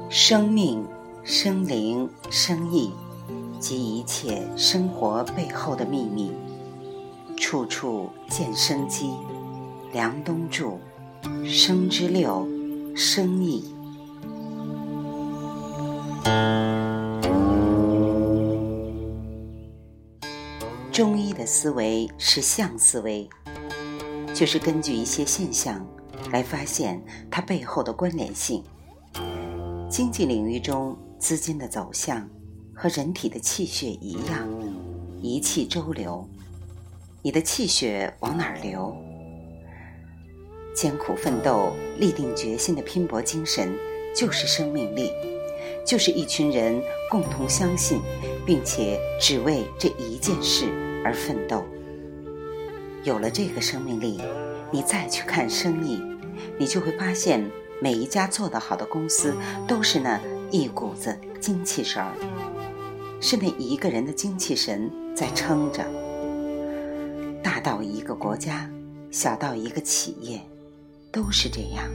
生命、生灵、生意及一切生活背后的秘密，处处见生机。梁冬著，生之六，生意。中医的思维是象思维，就是根据一些现象来发现它背后的关联性。经济领域中，资金的走向和人体的气血一样，一气周流。你的气血往哪儿流？艰苦奋斗、立定决心的拼搏精神就是生命力，就是一群人共同相信并且只为这一件事而奋斗。有了这个生命力，你再去看生意，你就会发现每一家做得好的公司都是那一股子精气神儿，是那一个人的精气神在撑着。大到一个国家，小到一个企业，都是这样。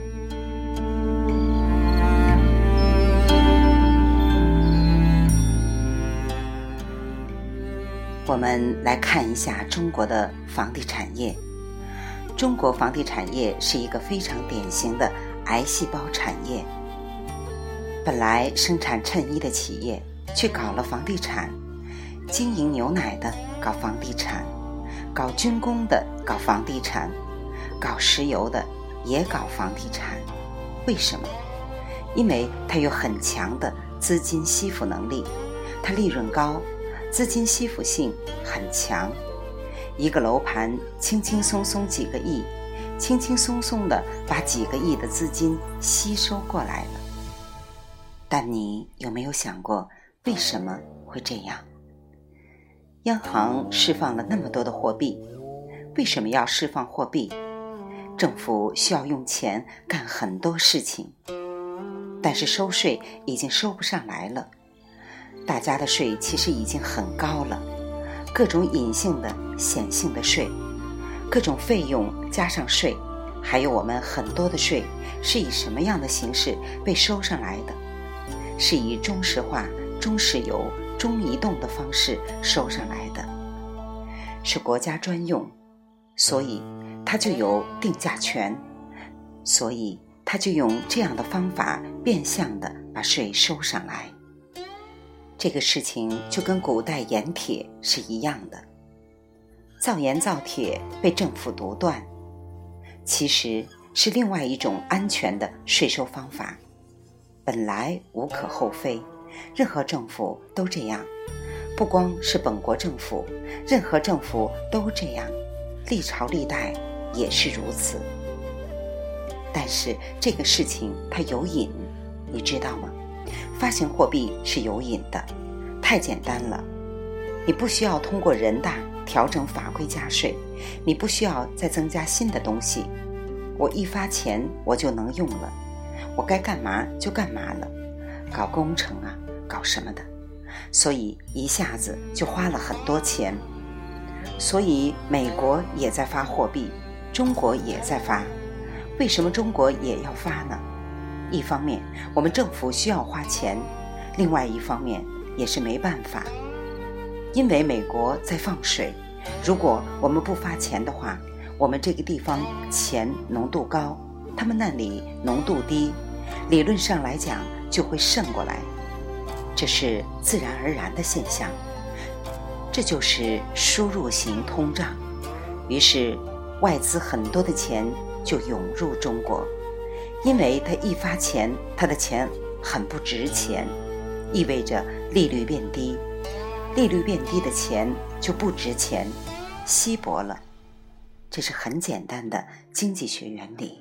我们来看一下中国的房地产业。中国房地产业是一个非常典型的癌细胞产业。本来生产衬衣的企业去搞了房地产，经营牛奶的搞房地产，搞军工的搞房地产，搞石油的也搞房地产。为什么？因为它有很强的资金吸附能力，它利润高，资金吸附性很强。一个楼盘轻轻松松几个亿，轻轻松松地把几个亿的资金吸收过来了。但你有没有想过，为什么会这样？央行释放了那么多的货币，为什么要释放货币？政府需要用钱干很多事情，但是收税已经收不上来了。大家的税其实已经很高了，各种隐性的、显性的税，各种费用加上税，还有我们很多的税是以什么样的形式被收上来的？是以中石化、中石油、中移动的方式收上来的，是国家专用，所以它就有定价权，所以它就用这样的方法变相的把税收上来。这个事情就跟古代盐铁是一样的，造盐造铁被政府独断，其实是另外一种安全的税收方法，本来无可厚非，任何政府都这样，不光是本国政府，任何政府都这样，历朝历代也是如此。但是这个事情它有瘾，你知道吗？发行货币是有瘾的，太简单了。你不需要通过人大调整法规加税，你不需要再增加新的东西，我一发钱我就能用了，我该干嘛就干嘛了，搞工程啊，搞什么的，所以一下子就花了很多钱。所以美国也在发货币，中国也在发。为什么中国也要发呢？一方面我们政府需要花钱，另外一方面也是没办法，因为美国在放水，如果我们不发钱的话，我们这个地方钱浓度高，他们那里浓度低，理论上来讲就会渗过来，这是自然而然的现象，这就是输入型通胀。于是外资很多的钱就涌入中国，因为他一发钱，他的钱很不值钱，意味着利率变低，利率变低的钱就不值钱，稀薄了。这是很简单的经济学原理。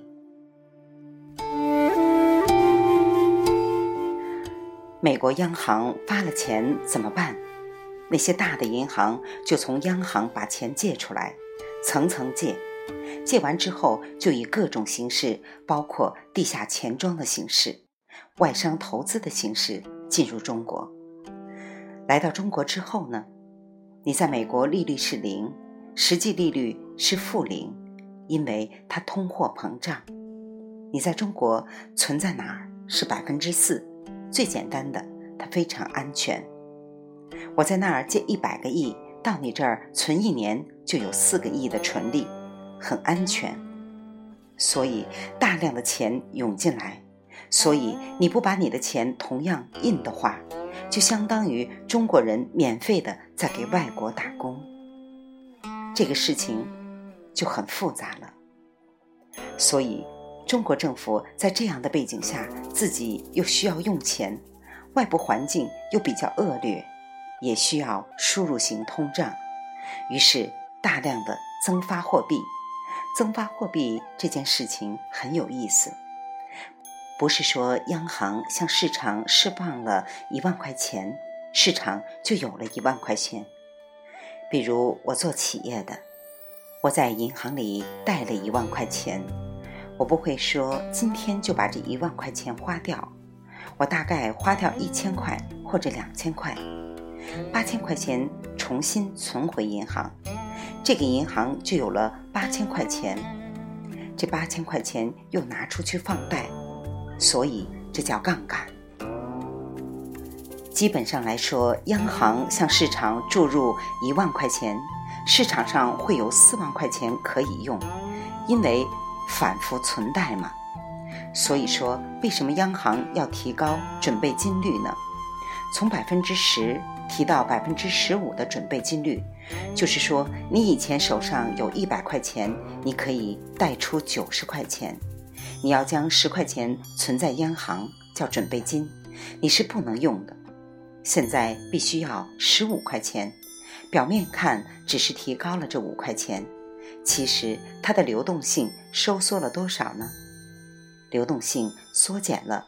美国央行发了钱怎么办？那些大的银行就从央行把钱借出来，层层借，借完之后就以各种形式，包括地下钱庄的形式、外商投资的形式进入中国。来到中国之后呢，你在美国利率是0，实际利率是-0，因为它通货膨胀。你在中国存在哪儿是4%， 最简单的，它非常安全。我在那儿借100个亿，到你这儿存1年就有4个亿的纯利，很安全。所以大量的钱涌进来，所以你不把你的钱同样印的话，就相当于中国人免费的在给外国打工。这个事情就很复杂了。所以中国政府在这样的背景下，自己又需要用钱，外部环境又比较恶劣，也需要输入型通胀，于是大量的增发货币。增发货币这件事情很有意思，不是说央行向市场释放了1万块钱，市场就有了1万块钱。比如我做企业的，我在银行里贷了1万块钱，我不会说今天就把这1万块钱花掉，我大概花掉1000块或者2000块，8000块钱重新存回银行，这个银行就有了8000块钱，这8000块钱又拿出去放贷，所以这叫杠杆。基本上来说，央行向市场注入1万块钱，市场上会有4万块钱可以用，因为反复存贷嘛。所以说，为什么央行要提高准备金率呢？从10%提到15%的准备金率，就是说你以前手上有100块钱，你可以贷出90块钱，你要将10块钱存在央行，叫准备金，你是不能用的。现在必须要15块钱，表面看只是提高了这5块钱，其实它的流动性收缩了多少呢？流动性缩减了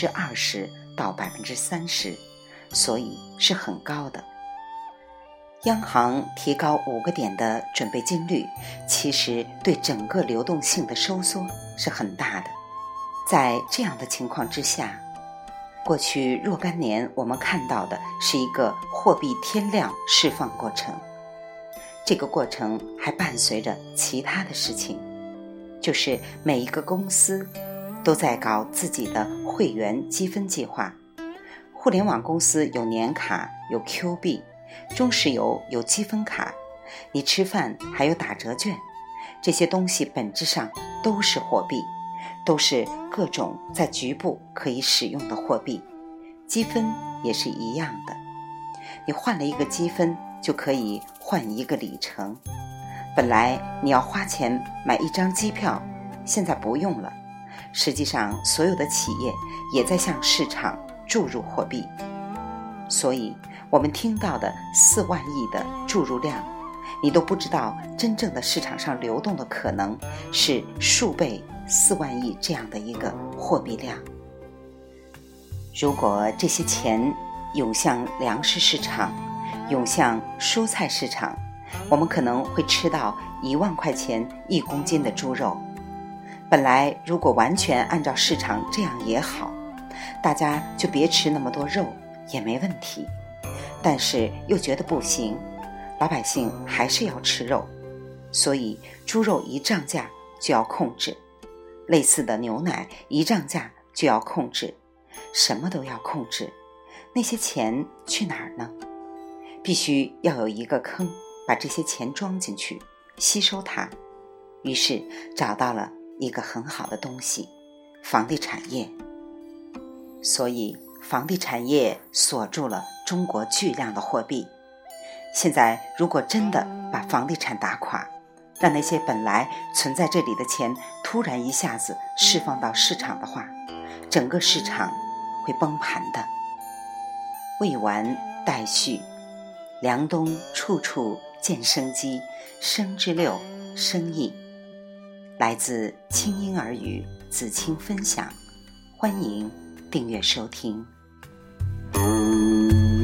20%到30%，所以是很高的。央行提高5个点的准备金率，其实对整个流动性的收缩是很大的。在这样的情况之下，过去若干年我们看到的是一个货币天量释放过程，这个过程还伴随着其他的事情，就是每一个公司都在搞自己的会员积分计划。互联网公司有年卡，有 Q 币，中石油有积分卡，你吃饭还有打折券，这些东西本质上都是货币，都是各种在局部可以使用的货币。积分也是一样的，你换了一个积分就可以换一个里程。本来你要花钱买一张机票，现在不用了。实际上所有的企业也在向市场注入货币，所以我们听到的4万亿的注入量，你都不知道真正的市场上流动的可能是数倍4万亿这样的一个货币量。如果这些钱涌向粮食市场，涌向蔬菜市场，我们可能会吃到1万块钱1公斤的猪肉。本来如果完全按照市场这样也好，大家就别吃那么多肉也没问题，但是又觉得不行，老百姓还是要吃肉，所以猪肉一涨价就要控制，类似的牛奶一涨价就要控制，什么都要控制。那些钱去哪儿呢？必须要有一个坑，把这些钱装进去，吸收它。于是找到了一个很好的东西，房地产业。所以房地产业锁住了中国巨量的货币。现在如果真的把房地产打垮，让那些本来存在这里的钱突然一下子释放到市场的话，整个市场会崩盘的。未完待续，梁冬处处见生机，生之六，生意。来自清音儿语子清分享，欢迎订阅收听。